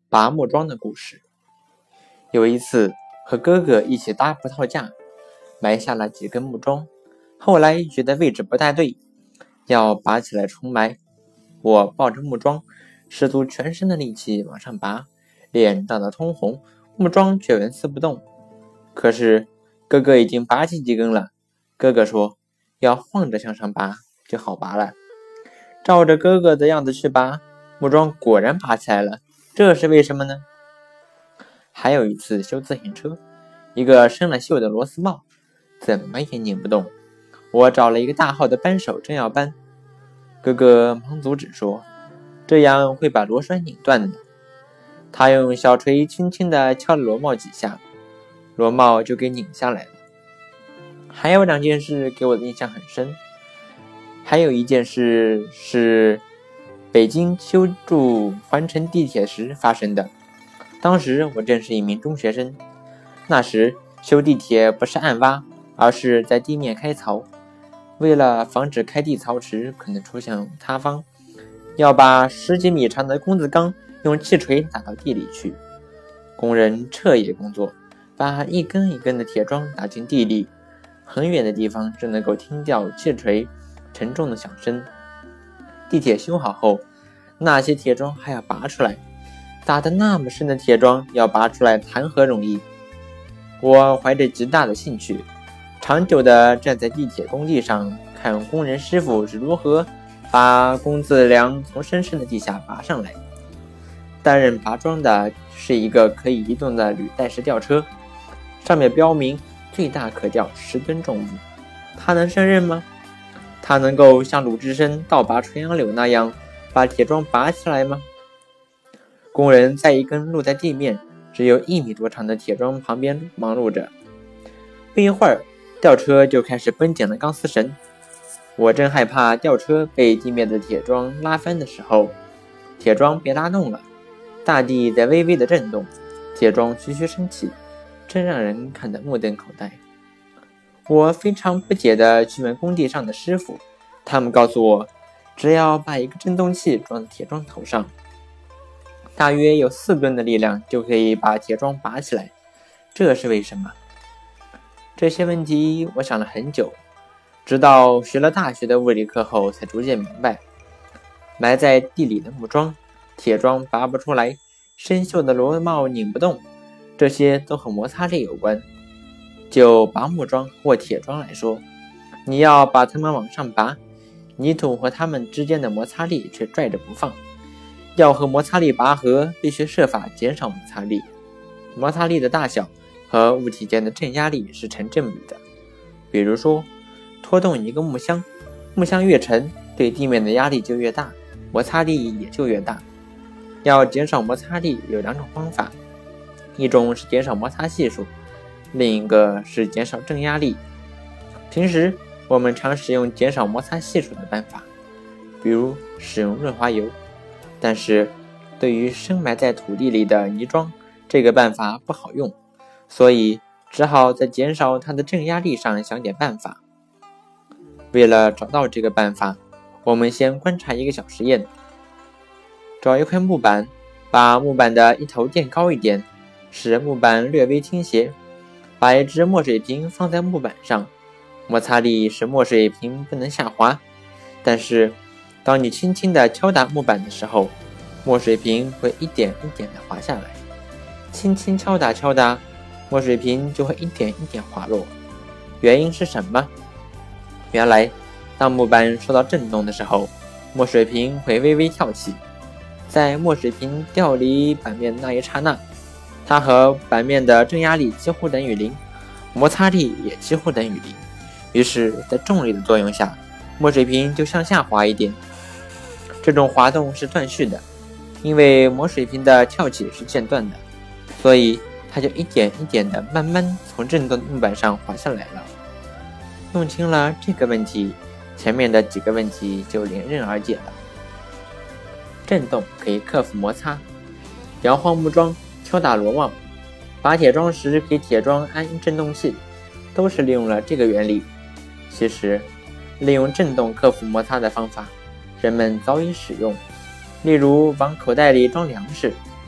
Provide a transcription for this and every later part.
拔木桩的故事。有一次和哥哥一起搭葡萄架，埋下了几根木桩，后来觉得位置不太对，要拔起来重埋。我抱着木桩，使足全身的力气往上拔，脸涨得通红，木桩却纹丝不动。可是哥哥已经拔起几根了，哥哥说要晃着向上拔就好拔了。照着哥哥的样子去拔，木桩果然拔起来了，这是为什么呢？还有一次修自行车，一个生了锈的螺丝帽怎么也拧不动，我找了一个大号的扳手正要扳，哥哥忙阻止说这样会把螺栓拧断的。他用小锤轻轻地敲了螺帽几下，螺帽就给拧下来了。还有两件事给我的印象很深，还有一件事是北京修筑环城地铁时发生的。当时我正是一名中学生，那时修地铁不是暗挖，而是在地面开槽。为了防止开地槽时可能出现塌方，要把10几米长的工字钢用气锤打到地里去。工人彻夜工作，把一根一根的铁桩打进地里，很远的地方只能够听到气锤沉重的响声。地铁修好后，那些铁桩还要拔出来，打得那么深的铁桩要拔出来谈何容易。我怀着极大的兴趣，长久地站在地铁工地上，看工人师傅是如何把工字梁从深深的地下拔上来。担任拔桩的是一个可以移动的履带式吊车，上面标明最大可吊10吨重物。他能胜任吗？他能够像鲁智深倒拔垂杨柳那样把铁桩拔起来吗？工人在一根露在地面只有1米多长的铁桩旁边忙碌着，不一会儿吊车就开始绷紧了钢丝绳。我正害怕吊车被地面的铁桩拉翻的时候，铁桩被拉动了，大地在微微的震动，铁桩徐徐升起，真让人看得目瞪口呆。我非常不解地去问工地上的师傅，他们告诉我，只要把一个振动器装在铁桩头上，大约有4吨的力量就可以把铁桩拔起来。这是为什么？这些问题我想了很久，直到学了大学的物理课后才逐渐明白。埋在地里的木桩，铁桩拔不出来，生锈的螺帽拧不动，这些都和摩擦力有关。就拔木桩或铁桩来说，你要把它们往上拔，泥土和它们之间的摩擦力却拽着不放。要和摩擦力拔河，必须设法减少摩擦力。摩擦力的大小和物体间的正压力是成正比的。比如说，拖动一个木箱，木箱越沉，对地面的压力就越大，摩擦力也就越大。要减少摩擦力有2种方法，一种是减少摩擦系数，另一个是减少正压力。平时我们常使用减少摩擦系数的办法，比如使用润滑油，但是对于深埋在土地里的泥桩，这个办法不好用，所以只好在减少它的正压力上想点办法。为了找到这个办法，我们先观察一个小实验。找一块木板，把木板的一头垫高一点，使木板略微倾斜，把一只墨水瓶放在木板上，摩擦力使墨水瓶不能下滑，但是当你轻轻地敲打木板的时候，墨水瓶会一点一点地滑下来。轻轻敲打，墨水瓶就会一点一点滑落。原因是什么？原来当木板受到震动的时候，墨水瓶会微微跳起，在墨水瓶掉离板面的那一刹那，它和板面的正压力几乎等于0，摩擦力也几乎等于0。于是在重力的作用下，墨水瓶就向下滑一点。这种滑动是断续的，因为墨水瓶的跳起是间断的，所以它就一点一点的慢慢从震动的木板上滑下来了。弄清了这个问题，前面的几个问题就迎刃而解了。震动可以克服摩擦，摇晃木桩，敲打螺帽，拔铁桩时给铁桩安振动器，都是利用了这个原理。其实利用振动克服摩擦的方法人们早已使用，例如往口袋里装粮食，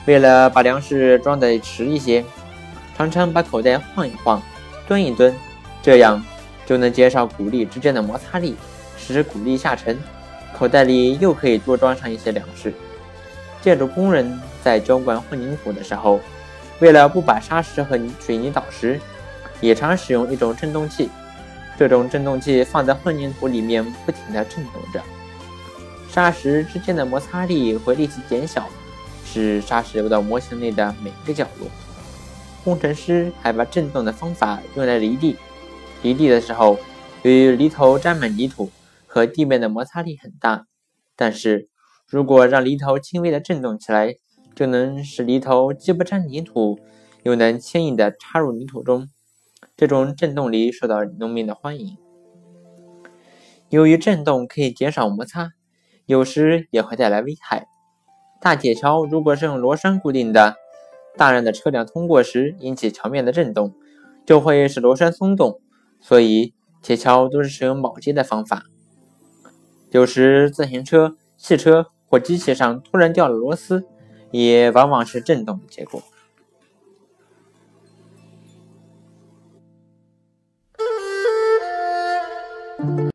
为了把粮食装得实一些，常常把口袋晃一晃，蹲一蹲，这样就能减少谷粒之间的摩擦力，使谷粒下沉，口袋里又可以多装上一些粮食。建筑工人在浇灌混凝土的时候，为了不把沙石和水泥倒实，也常使用一种振动器。这种振动器放在混凝土里面，不停地振动着，沙石之间的摩擦力会立即减小，使沙石流到模型内的每一个角落。工程师还把振动的方法用来犁地。犁地的时候，由于犁头沾满泥土，和地面的摩擦力很大，但是如果让犁头轻微的振动起来，就能使犁头既不沾泥土，又能轻易地插入泥土中。这种振动犁受到农民的欢迎。由于振动可以减少摩擦，有时也会带来危害。大铁桥如果是用螺栓固定的，大量的车辆通过时引起桥面的震动，就会使螺栓松动，所以铁桥都是使用铆接的方法。有时自行车、汽车或机器上突然掉了螺丝，也往往是震动的结果。